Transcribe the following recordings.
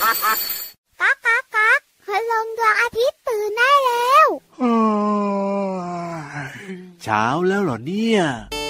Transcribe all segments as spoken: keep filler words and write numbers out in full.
ก๊ากก๊ากก๊ากพลังดวงอาทิตย์ตื่นได้แล้วเช้าแล้วเหรอเนี่ย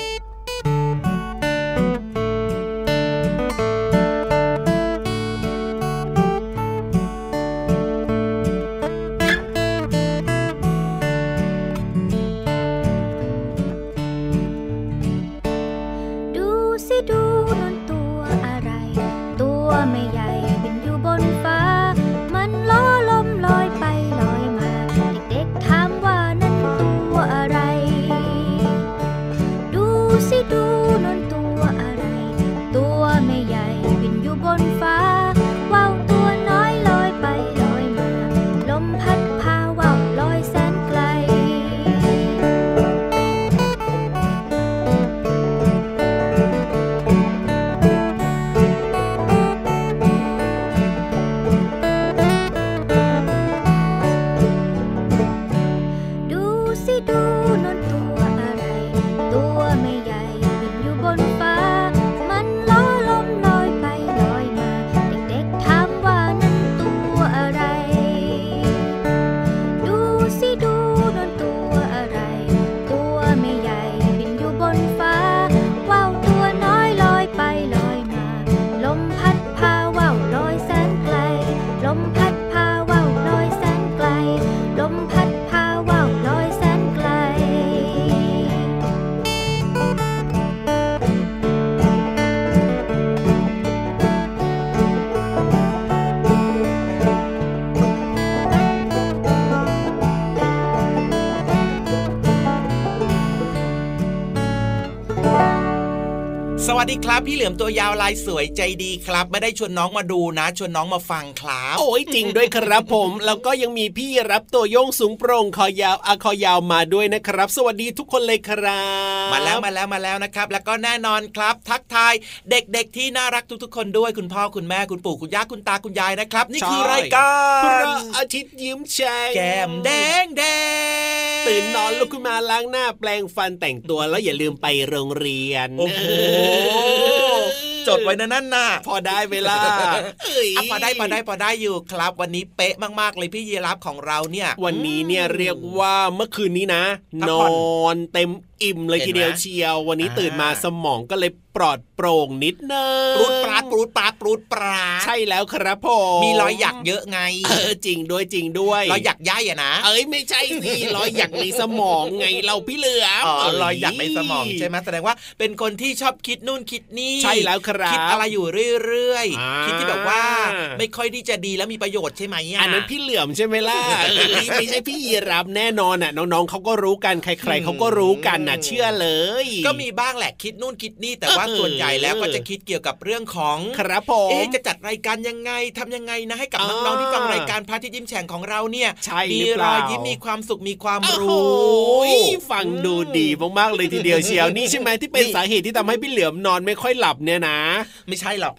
สวัสดีครับพี่เหลือมตัวยาวลายสวยใจดีครับไม่ได้ชวนน้องมาดูนะชวนน้องมาฟังครับโอ้ยจริงด้วยครับผมแล้วก็ยังมีพี่รับตัวโยงสูงโปร่งคอยาวอะคอยาวมาด้วยนะครับสวัสดีทุกคนเลยครับมาแล้วมาแล้วมาแล้วนะครับแล้วก็แน่นอนครับทักทายเด็กๆที่น่ารักทุกๆคนด้วยคุณพ่อคุณแม่คุณปู่คุณย่าคุณตาคุณยายนะครับนี่คือรายการพระอาทิตย์ยิ้มแฉ่งแก้มแดงแดงตื่นนอนลุกขึ้นมาล้างหน้าแปรงฟันแต่งตัวแล้วอย่าลืมไปโรงเรียนโอ้โหจดไว้นะนั่นน่ะพอได้เวลาพอได้พอได้พอได้อยู่ครับวันนี้เป๊ะมากๆเลยพี่ยีรับของเราเนี่ยวันนี้เนี่ยเรียกว่าเมื่อคืนนี้นะนอนเต็มอิ่มเลยทีเดียวเชียววันนี้ตื่นมาสมองก็เลยปลอดโปร่งนิดนึงปรูดปราดปรูดปราดปรูดปราดใช่แล้วครับผมมีรอยหยักเยอะไงเออจริงด้วยจริงด้วยรอยหยักย่ายอะนะเอ้ยไม่ใช่สิรอยหยักในสมองไงเราพี่เหลือมอ๋อรอยหยักในสมองใช่ไหมแสดงว่าเป็นคนที่ชอบคิดนู่นคิดนี่ใช่แล้วครับคิดอะไรอยู่เรื่อยๆคิดที่แบบว่าไม่ค่อยที่จะดีแล้วมีประโยชน์ใช่ไหมอ่ะอันนั้นพี่เหลือมใช่ไหมล่ะไม่ใช่พี่ยีรับแน่นอนอ่ะน้องๆเขาก็รู้กันใครๆเขาก็รู้กันน่ะเชื่อเลยก็มีบ้างแหละคิดนู่นคิดนี่แต่ว่าส่วนใหญ่แล้วก็จะคิดเกี่ยวกับเรื่องของครับผมเอ๊ะจะจัดรายการยังไงทำยังไงนะให้กับน้องๆที่ฟังรายการพระอาทิตย์ยิ้มแฉ่งของเราเนี่ยมีรอยยิ้มมีความสุขมีความรู้ฟังดูดีมากๆเลยทีเดียวเชียวนี่ใช่ไหมที่เป็นสาเหตุที่ทำให้พี่เหลือมนอนไม่ค่อยหลับเนี่ยนะไม่ใช่หรอก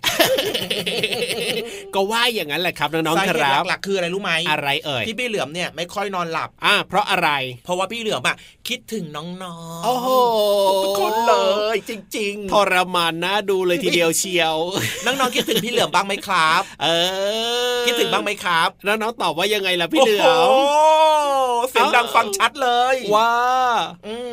ก็ว่าอย่างนั้นแหละครับน้องๆครับสาเหตุหลักๆคืออะไรรู้ไหมอะไรเอ่ยที่พี่เหลือมเนี่ยไม่ค่อยนอนหลับอ่าเพราะอะไรเพราะว่าพี่เหลือมอ่ะคิดถึงน้องๆโอ้โหทุกคนเลยจริงๆทรมานน่าดูเลยทีเดียวเชียวน้องๆคิดถึงพี่เหลือมบ้างไหมครับเออคิดถึงบ้างไหมครับแล้วน้องตอบว่ายังไงล่ะพี่เหลือมเสียงดังฟังชัดเลยว่าอืม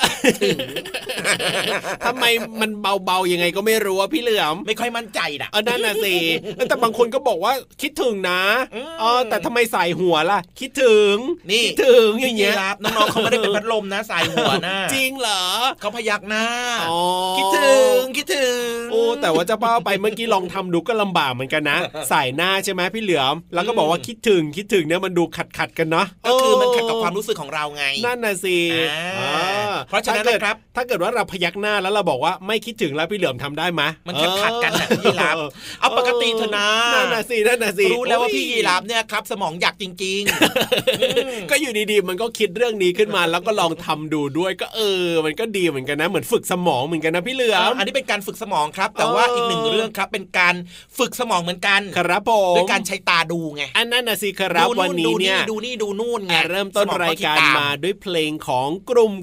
ทำไมมันเบาๆยังไงก็ไม่รู้ว่าพี่เหลือมไม่ค่อยมั่นใจนะเออนั่นน่ะสิแต่บางคนก็บอกว่าคิดถึงนะเออแต่ทำไมใส่หัวล่ะคิดถึงนี่คิดถึงอย่างเงี้ยน้องๆเขาไม่ได้เป็นพัดลมนะใส่หัวนะจริงเหรอเขาพยักหน้าคิดถึงคิดถึงโอ้แต่ว่าจะเป้าไปเมื่อกี้ลองทำดูก็ลำบากเหมือนกันนะใส่หน้าใช่ไหมพี่เหลือมแล้วก็บอกว่าคิดถึงคิดถึงเนี่ยมันดูขัดขัดกันเนาะก็คือมันขัดกับความรู้สึกของเราไงนั่นน่ะสิเพราะฉะนั้นนะครับถ้าเกิดว่าเราพยักหน้าแล้วเราบอกว่าไม่คิดถึงแล้วพี่เหลือมทำได้ไหมมันขัดขัดกันนะพี่ยีราฟเอาปกติเถอะนะนั่นน่ะสินั่นน่ะสิรู้แล้วว่าพี่ยีราฟเนี่ยครับสมองหยักจริงๆก็อยู่ดีๆมันก็คิดเรื่องนี้ขึ้นมาแล้วก็ลองทำดูด้วยก็เออมันก็ดีเหมือนกันนะเหมือนฝึกสมองเหมือนกันนะพี่เหลือมอันนี้เป็นการฝึกสมองครับแต่ว่าอีกหนึ่งเรื่องครับเป็นการฝึกสมองเหมือนกันครับผมด้วยการใช้ตาดูไงอันนั้นน่ะสิครับวันนี้เนี่ยดูนี่ดูนี่ดูนู่นไงเริ่มต้นรายการมาด้วยเพลงของกลุ่มคน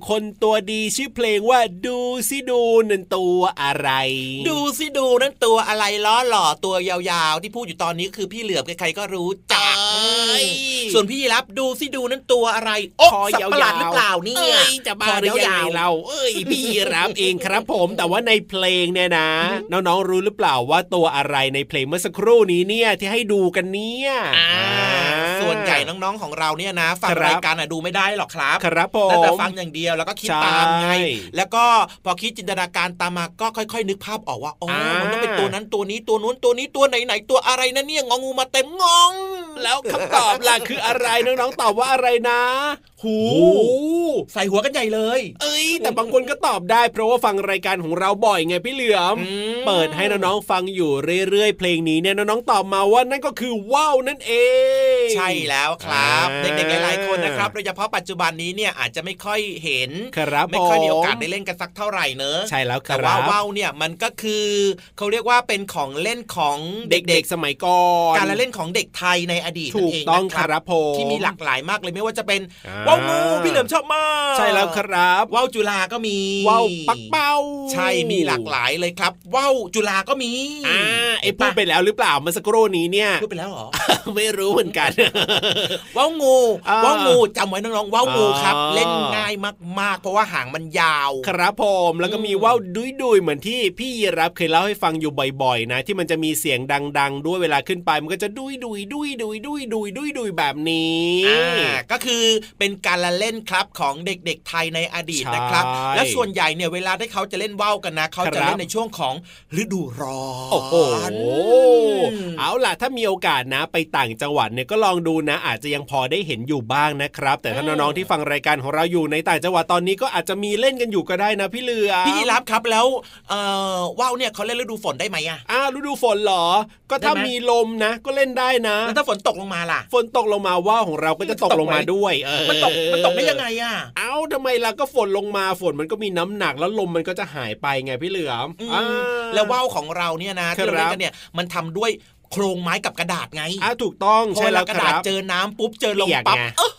ตัวดีชื่อเพลงว่าดูสิดูนั่นตัวอะไรดูสิดูนั่นตัวอะไรล้อหล่อตัวยาวๆที่พูดอยู่ตอนนี้คือพี่เหลือมใครๆก็รู้จักส่วนพี่ยีรับดูสิดูนั่นตัวอะไรโอ๊ะสัตว์ประหลาดหรือเปล่าเนี่ยจะบ้าหรือยังไงเราเอ้ยพี่ยีรับเองครับผมแต่ว่าในเพลงเนี่ยนะน้องๆรู้หรือเปล่าว่าตัวอะไรในเพลงเมื่อสักครู่นี้เนี่ยที่ให้ดูกันเนี่ยส่วนใหญ่น้องๆของเราเนี่ยนะฟังรายการดูไม่ได้หรอกครับครับผมแต่ฟังอย่างเดียวแล้วก็คิดตามไงแล้วก็พอคิดจินตนาการตามมาก็ค่อยๆนึกภาพออกว่าอ๋อมันต้องเป็นตัวนั้นตัวนี้ตัวนู้นตัวนี้ตัวไหนๆตัวอะไรนะเนี่ยงองูมาเต็มงงแล้วคำตอบล่ะคืออะไรน้องๆตอบว่าอะไรนะหูใส่หัวกันใหญ่เลยเอ้ยแต่บางคนก็ตอบได้เพราะว่าฟังรายการของเราบ่อยไงพี่เหลือมเปิดให้น้องๆฟังอยู่เรื่อยๆเพลงนี้เนี่ยน้องๆตอบมาว่านั่นก็คือว่าวนั่นเองใช่แล้วครับเด็กๆหลายๆคนนะครับโดยเฉพาะปัจจุบันนี้เนี่ยอาจจะไม่ค่อยเห็นไม่ค่อยมีโอกาสได้เล่นกันสักเท่าไหร่เนอะใช่แล้วครับแต่ว่าว่าวเนี่ยมันก็คือเขาเรียกว่าเป็นของเล่นของเด็กๆสมัยก่อนการเล่นของเด็กไทยในอดีตนั่นเองนะครับที่มีหลากหลายมากเลยไม่ว่าจะเป็นว่าวงูพี่เหลิมชอบมากใช่แล้วครับว่าวจุฬาก็มีว่าวปักเป้าใช่มีหลากหลายเลยครับว่าวจุฬาก็มีอ่าไอ้พูดไปแล้วหรือเปล่าเมื่อสักครู่นี้เนี่ยพูดไปแล้วเหรอไม่รู้เหมือนกันว่าวงูว่าวงูจำไว้น้องๆว่าวงูครับเล่นง่ายมากๆเพราะว่าหางมันยาวครับผมแล้วก็มีว่าวดุยดุยเหมือนที่พี่ยีรับเคยเล่าให้ฟังอยู่บ่อยๆนะที่มันจะมีเสียงดังๆด้วยเวลาขึ้นไปมันก็จะดุยดุยดุยดุยดุยดุยดุยดุยแบบนี้อ่าก็คือเป็นการละเล่นครับของเด็กๆไทยในอดีตนะครับและส่วนใหญ่เนี่ยเวลาที่เขาจะเล่นว่าวกันนะเขาจะเล่นในช่วงของฤดูร้อนโอ้โหเอาล่ะถ้ามีโอกาสนะไปต่างจังหวัดเนี่ยก็ลองดูนะอาจจะยังพอได้เห็นอยู่บ้างนะครับแต่ถ้าน้องๆที่ฟังรายการของเราอยู่ในต่างจังหวัดตอนนี้ก็อาจจะมีเล่นกันอยู่ก็ได้นะพี่เหลือพี่รับครับแล้วเอ่อว่าวเนี่ยเขาเล่นฤดูฝนได้ไหมอ่ะอ้าวฤดูฝนเหรอก็ถ้ามีลมนะก็เล่นได้นะแล้วถ้าฝนตกลงมาล่ะฝนตกลงมาว่าวของเราก็จะตกลงมาด้วยเออมันตกมันตกได้ยังไงอ่ะเอ้าทำไมล่ะก็ฝนลงมาฝนมันก็มีน้ำหนักแล้วลมมันก็จะหายไปไงพี่เหลือมแล้วว่าวของเราเนี่ยนะที่เราเล่นกันเนี่ยมันทำด้วยโครงไม้กับกระดาษไงอ่ะถูกต้องใช่แล้วกระดาษเจอน้ำปุ๊บเจอลมปั๊บ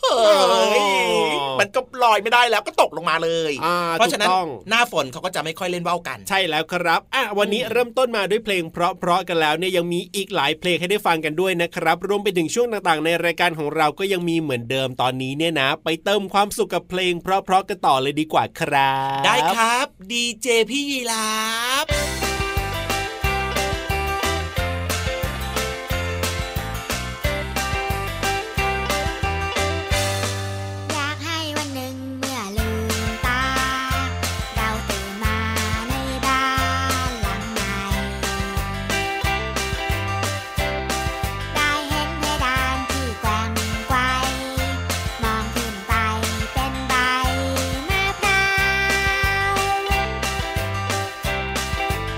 มันก็ลอยไม่ได้แล้วก็ตกลงมาเลยเพราะฉะนั้นหน้าฝนเขาก็จะไม่ค่อยเล่นว่าวกันใช่แล้วครับอ่ะวันนี้เริ่มต้นมาด้วยเพลงเพราะๆกันแล้วเนี่ยยังมีอีกหลายเพลงให้ได้ฟังกันด้วยนะครับรวมไปถึงช่วงต่างๆในรายการของเราก็ยังมีเหมือนเดิมตอนนี้เนี่ยนะไปเติมความสุขกับเพลงเพราะๆกันต่อเลยดีกว่าครับได้ครับดีเจพี่ยีราฟเ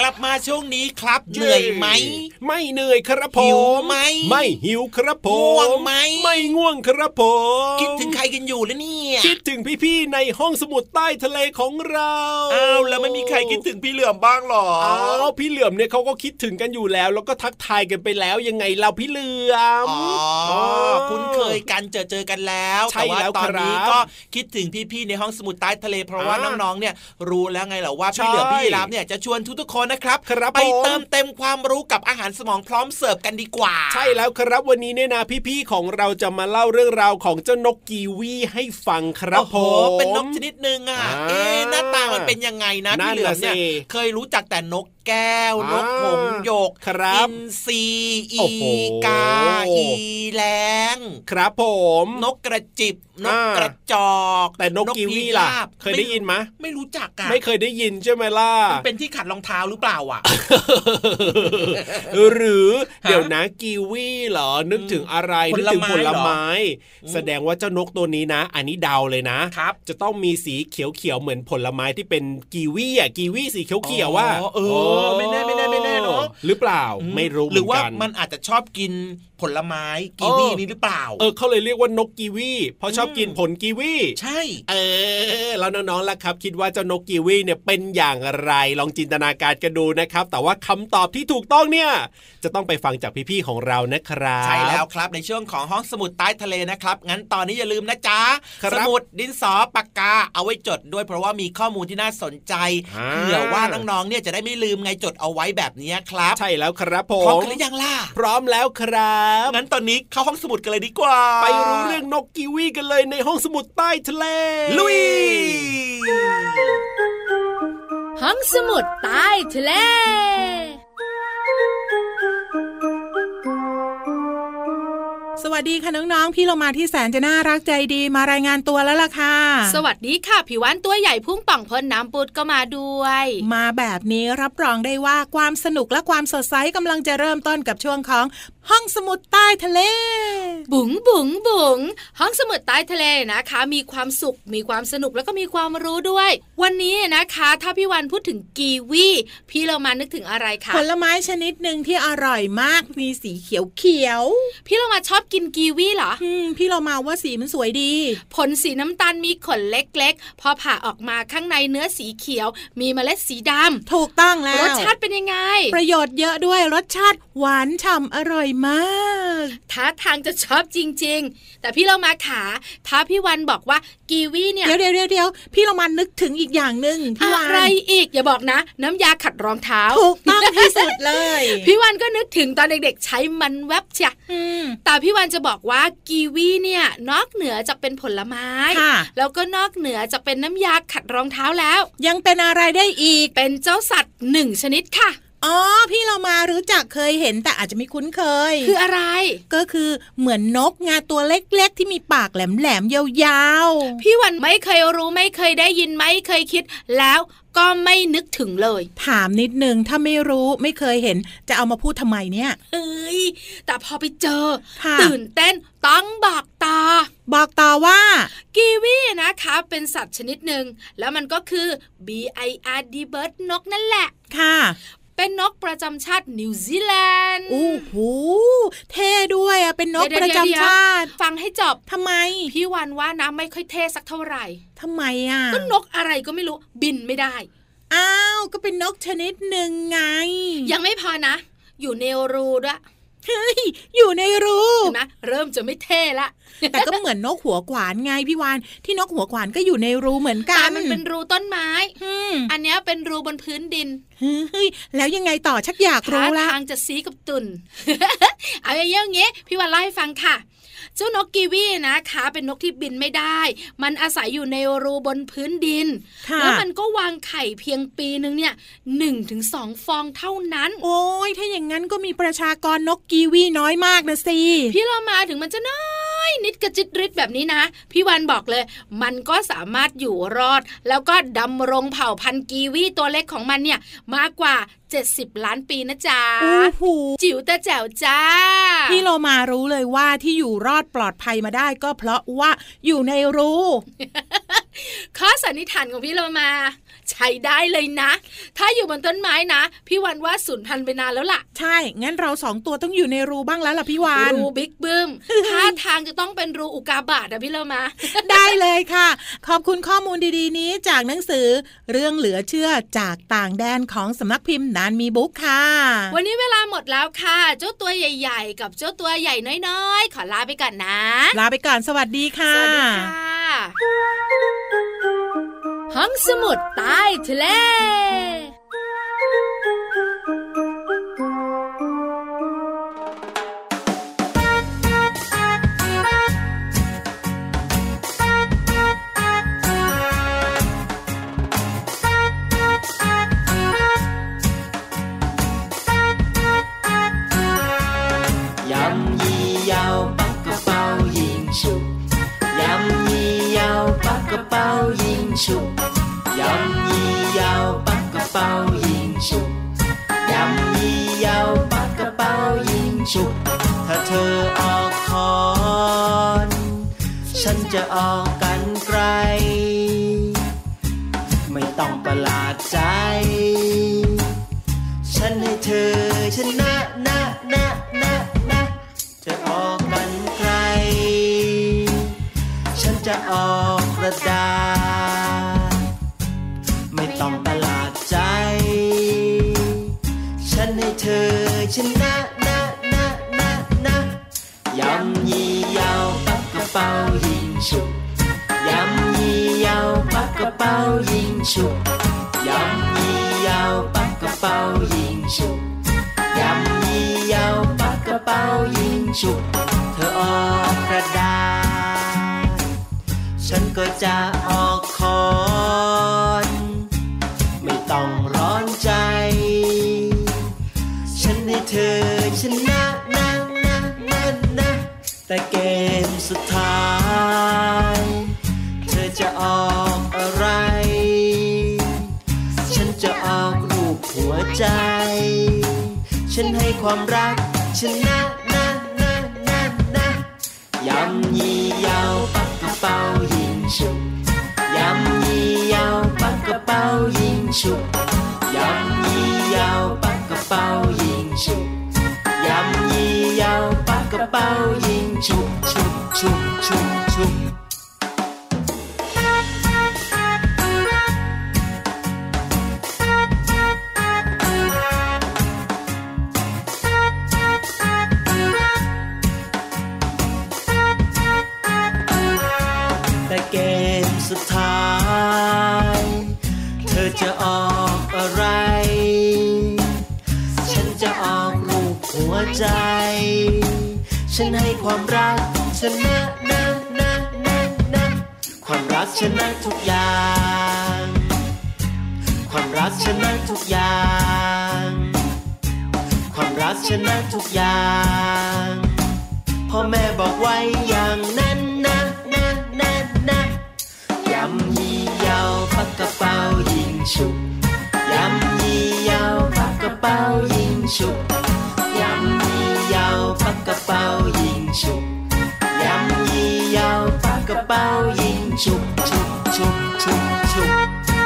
ลับมาช่วงนี้ครับเหนื่อยไหมไม่เหนื่อยครับผมหิวไหมไม่หิวครับผมง่วงไหมไม่ง่วงครับผมคิดถึงใครกันอยู่แล้วเนี่ยคิดถึงพี่ๆในห้องสมุดใต้ทะเลของเราอ้าวแล้วไม่มีใครคิดถึงพี่เหลือมบ้างหรออ้าวพี่เหลือมเนี่ยเขาก็คิดถึงกันอยู่แล้วแล้วก็ทักทายกันไปแล้วยังไงเราพี่เหลือมอ๋อคุ้นเคยกันเจอเจอกันแล้วแต่ว่าตอนนี้ก็คิดถึงพี่ๆในห้องสมุดใต้ทะเลเพราะว่าน้องๆเนี่ยรู้แล้วไงเหรอว่าพี่เหลือมพี่รับเนี่ยจะชวนทุกๆคนนะครับไปเติมเต็มความรู้กับอาหารสมองพร้อมเสิร์ฟกันดีกว่าใช่แล้วครับวันนี้เนี่ยนะพี่ๆของเราจะมาเล่าเรื่องราวของเจ้านกกีวีให้ฟังครับผมเป็นนกชนิดนึงอ่ะเอ๊ะหน้าตามันเป็นยังไงนะพี่เหลือมเนี่ยเคยรู้จักแต่นกแก้วนกหงส์หยกอินทรีอีกาอีแรงครับผมนกกระจิบนกกระจอกแต่นกกีวีล่ะเคยได้ยินไหมไม่รู้จักอ่ะไม่เคยได้ยินใช่ไหมล่ะมันเป็นที่ขัดรองเท้าหรือเปล่าอ่ะหรือเดี๋ยวนะกีวีเหรอนึกถึงอะไรนึกถึงผลไม้แสดงว่าเจ้านกตัวนี้นะอันนี้เดาเลยนะจะต้องมีสีเขียวๆเหมือนผลไม้ที่เป็นกีวีอ่ะกีวีสีเขียวๆว่าเออไม่แน่ไม่แน่ไม่แน่เนาะหรือเปล่าไม่รู้หรือว่ามันอาจจะชอบกินผลไม้กีวีนี้หรือเปล่าเออเขาเลยเรียกว่านกกีวีเพราะชอบกินผลกีวีใช่เออแล้วน้องๆล่ะครับคิดว่าเจ้านกกีวีเนี่ยเป็นอย่างไรลองจินตนาการกันดูนะครับแต่ว่าคำตอบที่ถูกต้องเนี่ยจะต้องไปฟังจากพี่ๆของเรานะครับใช่แล้วครับในช่วงของห้องสมุดใต้ทะเลนะครับงั้นตอนนี้อย่าลืมนะจ๊ะสมุดดินสอปากกาเอาไว้จดด้วยเพราะว่ามีข้อมูลที่น่าสนใจเผื่อว่าน้องๆเนี่ยจะได้ไม่ลืมไงจดเอาไว้แบบนี้ครับใช่แล้วครับผมพร้อมกันหรือยังล่ะพร้อมแล้วครับงั้นตอนนี้เข้าห้องสมุดกันเลยดีกว่าไปรู้เรื่องนกกีวีกันเลยในห้องสมุดใต้ทะเลลุยห้องสมุดใต้ทะเลสวัสดีค่ะน้องๆพี่เรามาที่แสนจะน่ารักใจดีมารายงานตัวแล้วล่ะค่ะสวัสดีค่ะพี่วันตัวใหญ่พุ่งป่องพ้นน้ำปุดก็มาด้วยมาแบบนี้รับรองได้ว่าความสนุกและความสดใสกำลังจะเริ่มต้นกับช่วงของห้องสมุดใต้ทะเลบุ๋งบุ๋งบุ๋งห้องสมุดใต้ทะเลนะคะมีความสุขมีความสนุกแล้วก็มีความรู้ด้วยวันนี้นะคะถ้าพี่วันพูดถึงกีวีพี่เรามานึกถึงอะไรคะผลไม้ชนิดหนึ่งที่อร่อยมากมีสีเขียวเขียวพี่เรามาชอบกินกีวีเหรออืมพี่เรามาว่าสีมันสวยดีผลสีน้ำตาลมีขนเล็กๆพอผ่าออกมาข้างในเนื้อสีเขียวมีเมล็ดสีดำถูกต้องแล้วรสชาติเป็นยังไงประโยชน์เยอะด้วยรสชาติหวานฉ่ำอร่อยมากท่าทางจะชอบจริงๆแต่พี่เรามาขาถ้าพี่วันบอกว่ากีวีเนี่ยเดี๋ยวเดี๋ยวเดี๋ยวพี่เรามานึกถึงอีกอย่างนึงพี่วันอะไรอีกอย่าบอกนะน้ำยาขัดรองเท้าถูกต้องที่สุดเลยพี่วันก็นึกถึงตอนเด็กๆใช้มันแวบเชียแต่พี่วันจะบอกว่ากีวีเนี่ยนอกเหนือจากเป็นผลไม้แล้วก็นอกเหนือจากเป็นน้ำยาขัดรองเท้าแล้วยังเป็นอะไรได้อีกเป็นเจ้าสัตว์หนึ่งชนิดค่ะอ๋อพี่เรามารู้จักเคยเห็นแต่อาจจะไม่คุ้นเคยคืออะไรก็คือเหมือนนกงาตัวเล็กๆที่มีปากแหลมๆยาวๆพี่วันไม่เคยรู้ไม่เคยได้ยินไม่เคยคิดแล้วก็ไม่นึกถึงเลยถามนิดนึงถ้าไม่รู้ไม่เคยเห็นจะเอามาพูดทำไมเนี่ยเอ้ยแต่พอไปเจอตื่นเต้นต้องบอกต่อบอกต่อว่ากีวีนะคะเป็นสัตว์ชนิดหนึ่งแล้วมันก็คือ B I R D bird นกนั่นแหละค่ะเป็นนกประจำชาตินิวซีแลนด์โอ้โหเท่ด้วยอ่ะเป็นนกประจำชาติฟังให้จบทำไมพี่วันว่านะไม่ค่อยเท่สักเท่าไหร่ทำไมอ่ะก็นกอะไรก็ไม่รู้บินไม่ได้อ้าวก็เป็นนกชนิดหนึ่งไงยังไม่พอนะอยู่ในรูด้วยเฮ้ยอยู่ในรูนะเริ่มจะไม่เท่ละแต่ก็เหมือนนกหัวขวานไงพี่วานที่นกหัวขวานก็อยู่ในรูเหมือนกันมันเป็นรูต้นไม้อันนี้เป็นรูบนพื้นดินเฮ้ยแล้วยังไงต่อชักอยากรู้ละทางจะซีกับตุ่น เอาอย่างเงี้ยพี่วานเล่าให้ฟังค่ะเจ้านกกีวีนะคะเป็นนกที่บินไม่ได้มันอาศัยอยู่ในรูบนพื้นดินแล้วมันก็วางไข่เพียงปีนึงเนี่ยหนึ่งถึงสองฟองเท่านั้นโอ้ยถ้าอย่างนั้นก็มีประชากรนกกีวีน้อยมากนะสิพี่เรามาถึงมันจะน้อยนิดกระจิตริดแบบนี้นะพี่วันบอกเลยมันก็สามารถอยู่รอดแล้วก็ดำรงเผ่าพันธุ์กีวีตัวเล็กของมันเนี่ยมากกว่าเจ็ดสิบล้านปีนะจ๊ะโอ้โหจิ๋วแต่แจ๋วจ้าพี่เรามารู้เลยว่าที่อยู่รอดปลอดภัยมาได้ก็เพราะว่าอยู่ในรูข้อสันนิษฐานของพี่เรามาใช้ได้เลยนะถ้าอยู่บนต้นไม้นะพี่วันว่าสูญพันธุ์ไปนานแล้วล่ะใช่งั้นเราสองตัวต้องอยู่ในรูบ้างแล้วล่ะพี่วานรูบิ๊กบึ้มท่าทางจะต้องเป็นรูอุกาบาตอะพี่เรามาได้เลยค่ะขอบคุณข้อมูลดีๆนี้จากหนังสือเรื่องเหลือเชื่อจากต่างแดนของสำนักพิมพ์นานมีบุ๊กค่ะวันนี้เวลาหมดแล้วค่ะเจ้าตัวใหญ่ๆกับเจ้าตัวใหญ่น้อยๆขอลาไปก่อนนะลาไปก่อนสวัสดีค่ะสวัสดีค่ะห้องสมุดใต้ทะเล任意又不個包現熟，任意又不個包現熟。ถ้าเธอออกคอนฉันจะออกกันไกลไม่ต้องประหลาดใจฉันให้เธอชนะนะนะนะนะจะออกกันไกลฉันจะออกกระดาษไม่ต้องประหลาดใจฉันให้เธอชนะนะนะนะนะยำยี่ยาวปักกระเป๋ายิงฉุกยำยี่ยาวปักกระเป๋ายิงฉุกยำยี่ยาวปักกระเป๋ายิงฉุกยำยี่ยาวปักกระเป๋ายิงฉุกเธอออกกระดาษฉันก็จะออกคอนไม่ต้องร้อนใจฉันให้เธอชนะนะนะนะนะแต่เกมสุดท้ายเธอจะออกอะไรฉันจะออกรูปหัวใจฉันให้ความรักชนะนะนะนะนะยำยี่ยาวปักกระเป๋ายิงฉุกยำยี่ยาวปักกระเป๋ายิงฉุกยำยี่ยาวปักกระเป๋ายิงฉุกยำยี่ยาวปักกระเป๋ายิงฉุกฉุกฉุกฉุกฉุกแต่เกมสุดท้ายเธอจะออกอะไรฉันจะออกรูปหัวใจฉันให้ความรักชนะนะนะนะนะความรักชนะทุกอย่างความรักชนะทุกอย่างความรักชนะทุกอย่างพ่อแม่บอกไว้อย่างนั้นนะนะนะนะยำยี่ยาวปักกระเป๋ายิงฉุกยำยี่ยาวปักกระเป๋ายิงฉุกยำยี่ยาวปักกระเป๋ายิงฉุกยำยี่ยาวปักกระเป๋ายิงฉุกฉุกฉุกฉุกฉุก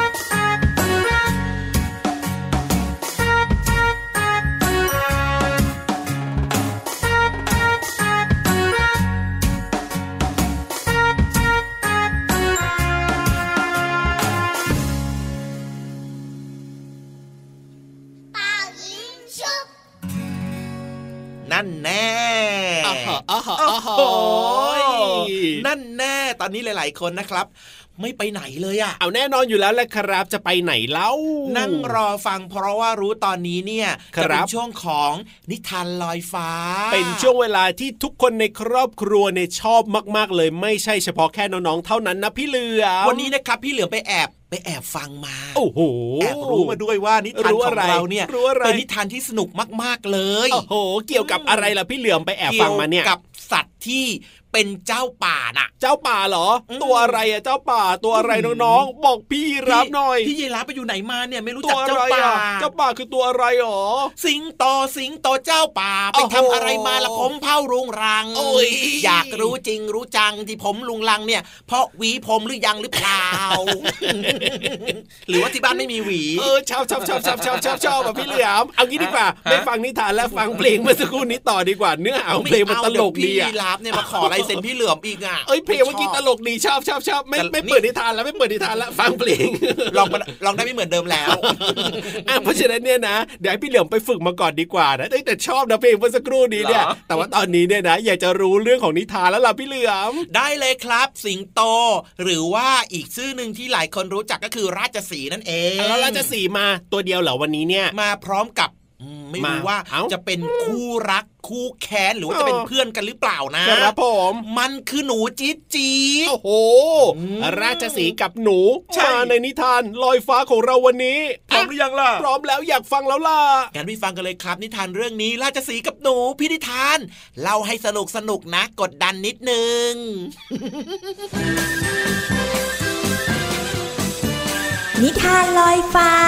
นั่นแน่อ๋ออ๋ออ๋อนั่นแน่ตอนนี้หลายๆคนนะครับไม่ไปไหนเลยอะเอาแน่นอนอยู่แล้วแหละครับจะไปไหนเล่านั่งรอฟังเพราะว่ารู้ตอนนี้เนี่ยจะเป็นช่วงของนิทานลอยฟ้าเป็นช่วงเวลาที่ทุกคนในครอบครัวเนี่ยชอบมากๆเลยไม่ใช่เฉพาะแค่น้องๆเท่านั้นนะพี่เหลือมวันนี้นะครับพี่เหลือมไปแอบไปแอบฟังมาโอ้โหแอบรู้มาด้วยว่านิทานของเราเนี่ยเป็นนิทานที่สนุกมากๆเลยโอ้โหเกี่ยวกับอะไรล่ะพี่เหลือมไปแอบฟังมาเนี่ยกับสัตว์ที่เป็นเจ้าป่าน่ะเจ้าป่าเหรอตัวอะไรอ่ะเจ้าป่าตัวอะไรน้องๆบอกพี่รับหน่อยพี่ยีราฟไปอยู่ไหนมาเนี่ยไม่รู้จักเจ้าป่าเจ้าป่าคือตัวอะไรหรอสิงโตสิงโตเจ้าป่าไปทำอะไรมาละผมเผารุงรังอยากรู้จริงรู้จังที่ผมลุงรังเนี่ยเพราะหวีผมหรือยังหรือเปล่า หรือว่าที่บ้านไม่มีหวีเออชอบชอบชอบชอบชอบชอบชอบแบบพี่เหลือมเอางี้ดีกว่าไม่ฟังนิทานแล้วฟังเพลงเมื่อสักครู่นี้ต่อดีกว่าเนื้อหาเพลงมันตลกดีอ่ะพี่รับเนี่ยมาขอลายเซ็นพี่เหลือมอีกอ่ะเอ้ยเพลงเมื่อกี้ตลกดีชอบชอบชอบไม่ไม่เปิดนิทานแล้วไม่เปิดนิทานแล้วฟังเพลงลองลองได้ไม่เหมือนเดิมแล้วอ่ะเพราะฉะนั้นเนี่ยนะเดี๋ยวให้พี่เหลือมไปฝึกมาก่อนดีกว่านะแต่ชอบนะเพลงเมื่อสักครู่นี้เนี่ยแต่ว่าตอนนี้เนี่ยนะอยากจะรู้เรื่องของนิทานแล้วล่ะพี่เหลือมได้เลยครับสิงโตหรือว่าอีกชื่อหนึ่งที่หลายคนรู้จักก็คือราชสีห์นั่นเองแล้วราชสีห์มาตัวเดียวเหรอวันนี้เนี่ยมาพร้อมกับไม่รู้ว่าจะเป็นคู่รักคู่แค้นหรือว่าจะเป็นเพื่อนกันหรือเปล่านะครับผมมันคือหนูจี๊ดจี๊ดโอ้โหราชสีห์กับหนูมาในนิทานลอยฟ้าของเราวันนี้พร้อมหรือยังล่ะพร้อมแล้วอยากฟังแล้วล่ะงั้นไปฟังกันเลยครับนิทานเรื่องนี้ราชสีห์กับหนูพี่นิทานเล่าให้สนุกสนุกนะกดดันนิดนึงนิทานลอยฟ้า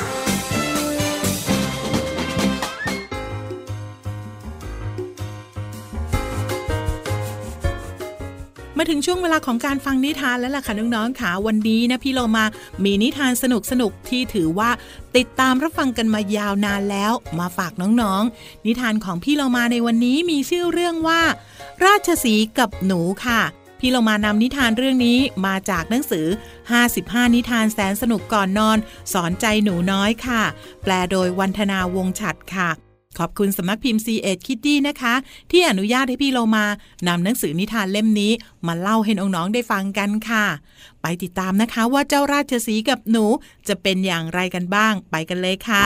มาถึงช่วงเวลาของการฟังนิทานแล้วล่ะค่ะน้องๆค่ะวันนี้นะพี่เรามามีนิทานสนุกๆที่ถือว่าติดตามรับฟังกันมายาวนานแล้วมาฝากน้องๆนิทานของพี่เรามาในวันนี้มีชื่อเรื่องว่าราชสีห์กับหนูค่ะพี่เรามานำนิทานเรื่องนี้มาจากหนังสือห้าสิบห้านิทานแสนสนุกก่อนนอนสอนใจหนูน้อยค่ะแปลโดยวันธนาวงศ์ฉัตรค่ะขอบคุณสำนักพิมพ์ ซี เอ็ด Kiddie นะคะที่อนุญาตให้พี่เรามานำหนังสือนิทานเล่มนี้มาเล่าให้น้องๆได้ฟังกันค่ะไปติดตามนะคะว่าเจ้าราชสีห์กับหนูจะเป็นอย่างไรกันบ้างไปกันเลยค่ะ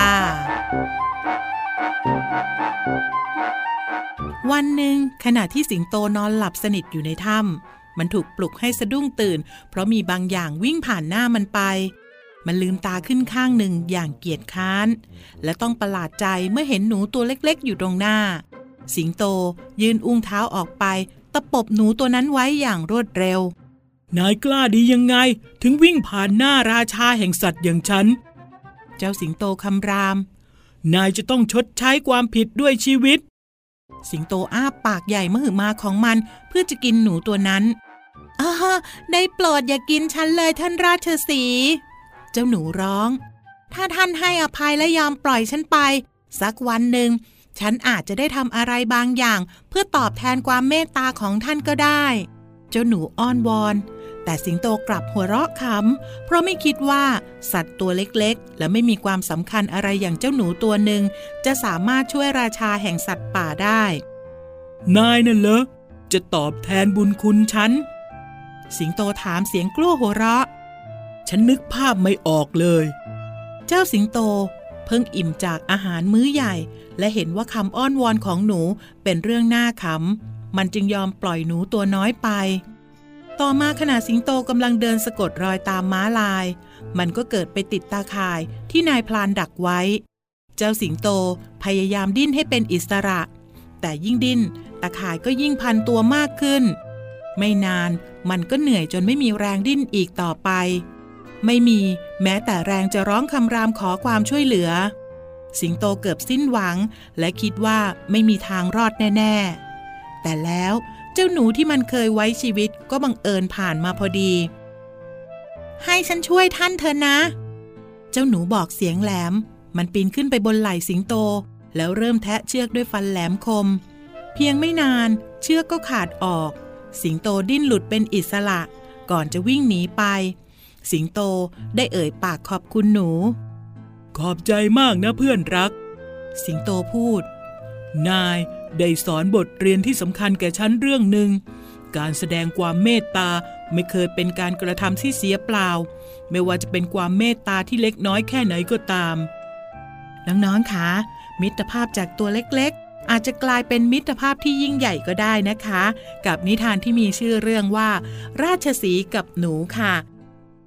วันหนึ่งขณะที่สิงโตนอนหลับสนิทอยู่ในถ้ำมันถูกปลุกให้สะดุ้งตื่นเพราะมีบางอย่างวิ่งผ่านหน้ามันไปมันลืมตาขึ้นข้างหนึ่งอย่างเกียจค้านและต้องประหลาดใจเมื่อเห็นหนูตัวเล็กๆอยู่ตรงหน้าสิงโตยืนอุ้งเท้าออกไปตะปบหนูตัวนั้นไว้อย่างรวดเร็วนายกล้าดียังไงถึงวิ่งผ่านหน้าราชาแห่งสัตว์อย่างฉันเจ้าสิงโตคำรามนายจะต้องชดใช้ความผิดด้วยชีวิตสิงโตอ้าปากใหญ่มหึมาของมันเพื่อจะกินหนูตัวนั้นอ้าได้โปรดอย่ากินฉันเลยท่านราชสีห์เจ้าหนูร้องถ้าท่านให้อภัยและยอมปล่อยฉันไปสักวันหนึ่งฉันอาจจะได้ทำอะไรบางอย่างเพื่อตอบแทนความเมตตาของท่านก็ได้เจ้าหนูอ้อนวอนแต่สิงโตกลับหัวเราะขำเพราะไม่คิดว่าสัตว์ตัวเล็กๆและไม่มีความสำคัญอะไรอย่างเจ้าหนูตัวหนึ่งจะสามารถช่วยราชาแห่งสัตว์ป่าได้นายน่ะเหรอจะตอบแทนบุญคุณฉันสิงโตถามเสียงกลั้วหัวเราะฉันนึกภาพไม่ออกเลยเจ้าสิงโตเพิ่งอิ่มจากอาหารมื้อใหญ่และเห็นว่าคำอ้อนวอนของหนูเป็นเรื่องน่าขำมันจึงยอมปล่อยหนูตัวน้อยไปต่อมาขณะสิงโตกำลังเดินสะกดรอยตามม้าลายมันก็เกิดไปติดตาข่ายที่นายพรานดักไว้เจ้าสิงโตพยายามดิ้นให้เป็นอิสระแต่ยิ่งดิ้นตาข่ายก็ยิ่งพันตัวมากขึ้นไม่นานมันก็เหนื่อยจนไม่มีแรงดิ้นอีกต่อไปไม่มีแม้แต่แรงจะร้องคำรามขอความช่วยเหลือสิงโตเกือบสิ้นหวังและคิดว่าไม่มีทางรอดแน่ๆแต่แล้วเจ้าหนูที่มันเคยไว้ชีวิตก็บังเอิญผ่านมาพอดีให้ฉันช่วยท่านเถอะนะเจ้าหนูบอกเสียงแหลมมันปีนขึ้นไปบนไหล่สิงโตแล้วเริ่มแทะเชือกด้วยฟันแหลมคมเพียงไม่นานเชือกก็ขาดออกสิงโตดิ้นหลุดเป็นอิสระก่อนจะวิ่งหนีไปสิงโตได้เอ่ยปากขอบคุณหนูขอบใจมากนะเพื่อนรักสิงโตพูดนายได้สอนบทเรียนที่สำคัญแก่ฉันเรื่องหนึ่งการแสดงความเมตตาไม่เคยเป็นการกระทำที่เสียเปล่าไม่ว่าจะเป็นความเมตตาที่เล็กน้อยแค่ไหนก็ตามน้องๆคะมิตรภาพจากตัวเล็กๆอาจจะกลายเป็นมิตรภาพที่ยิ่งใหญ่ก็ได้นะคะกับนิทานที่มีชื่อเรื่องว่าราชสีห์กับหนูค่ะ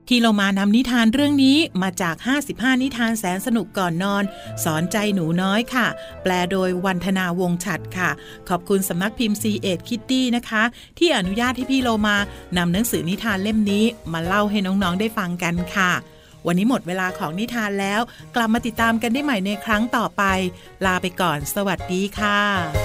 พี่เรามานำนิทานเรื่องนี้มาจากห้าสิบห้านิทานแสนสนุกก่อนนอนสอนใจหนูน้อยค่ะแปลโดยวันธนาวงศ์ฉัตรค่ะขอบคุณสำนักพิมพ์ ซี เอ็ด Kitty นะคะที่อนุญาตให้พี่เรามานำหนังสือนิทานเล่มนี้มาเล่าให้น้องๆได้ฟังกันค่ะวันนี้หมดเวลาของนิทานแล้วกลับมาติดตามกันได้ใหม่ในครั้งต่อไปลาไปก่อนสวัสดีค่ะ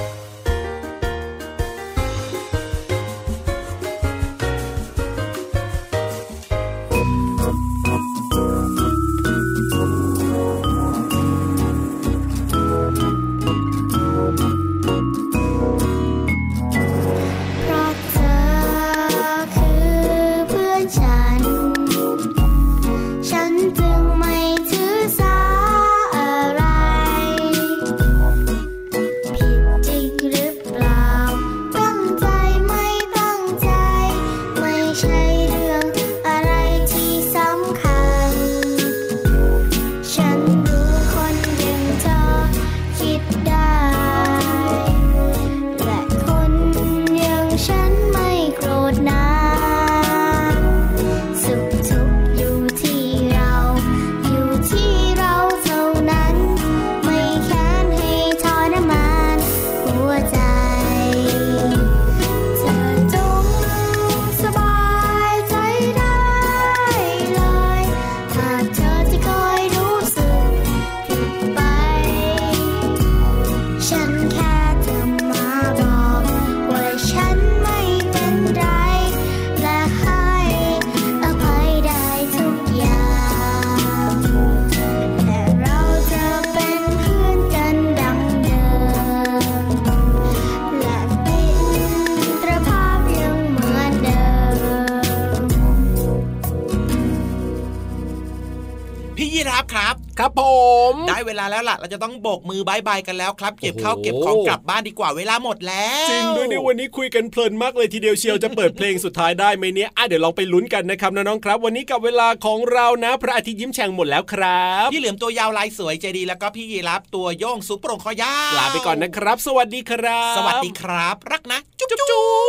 ครับผมได้เวลาแล้วล่ะเราจะต้องโบกมือบายบายกันแล้วครับเก็บข้าวเก็บของกลับบ้านดีกว่าเวลาหมดแล้วจริงด้วยนี่วันนี้คุยกันเพลินมากเลยทีเดียวเชียวจะเปิดเพลงสุดท้ายได้ไหมเนี่ยอ่ะเดี๋ยวลองไปลุ้นกันนะครับน้องๆครับวันนี้กับเวลาของเรานะพระอาทิตย์ยิ้มแฉ่งหมดแล้วครับพี่เหลือมตัวยาวลายสวยใจดีแล้วก็พี่ยีรับตัวโยงสูงโปร่งคอยาวลาไปก่อนนะครับสวัสดีครับสวัสดีครับรักนะจุ๊บจุ๊บ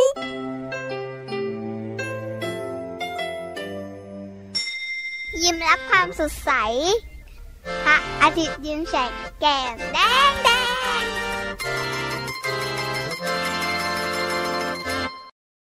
ยิ้มรับความสดใสพระอาทิตย์ยิ้มแฉกแก้มแดง